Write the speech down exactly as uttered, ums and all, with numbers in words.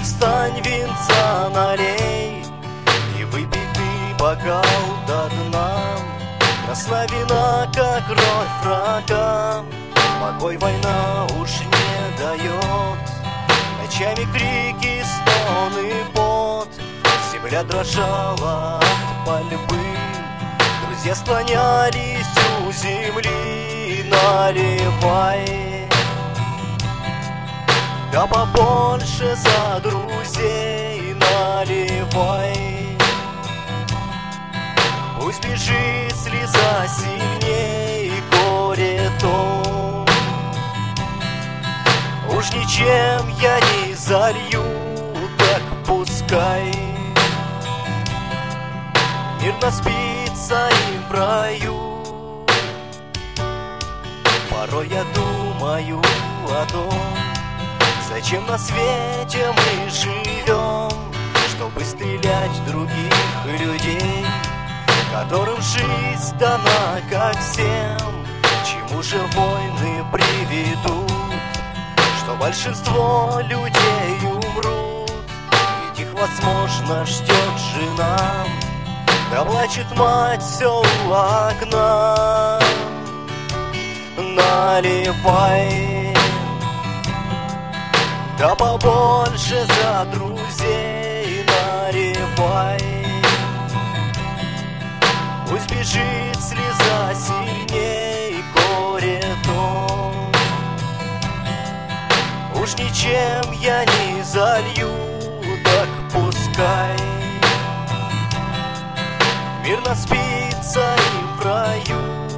встань, винца налей и выпей ты бокал до дна. Красна вина, как кровь врага, покой война уж не дает. Ночами крики, стоны, пот, земля дрожала от пальбы. Друзья склонялись у земли, наливай. Да побольше за друзей наливай. Пусть бежит слеза сильней, горе то уж ничем я не залью, так пускай мирно спится им в раю. Порой я думаю о том, зачем на свете мы живем, чтобы стрелять в других людей, которым жизнь дана, как всем. Чему же войны приведут, что большинство людей умрут? Ведь их, возможно, ждет жена, да плачет мать все у окна. Наливай, да побольше за друзей наливай. Пусть бежит слеза сильней, горе то уж ничем я не залью, так пускай мирно спится им в раю.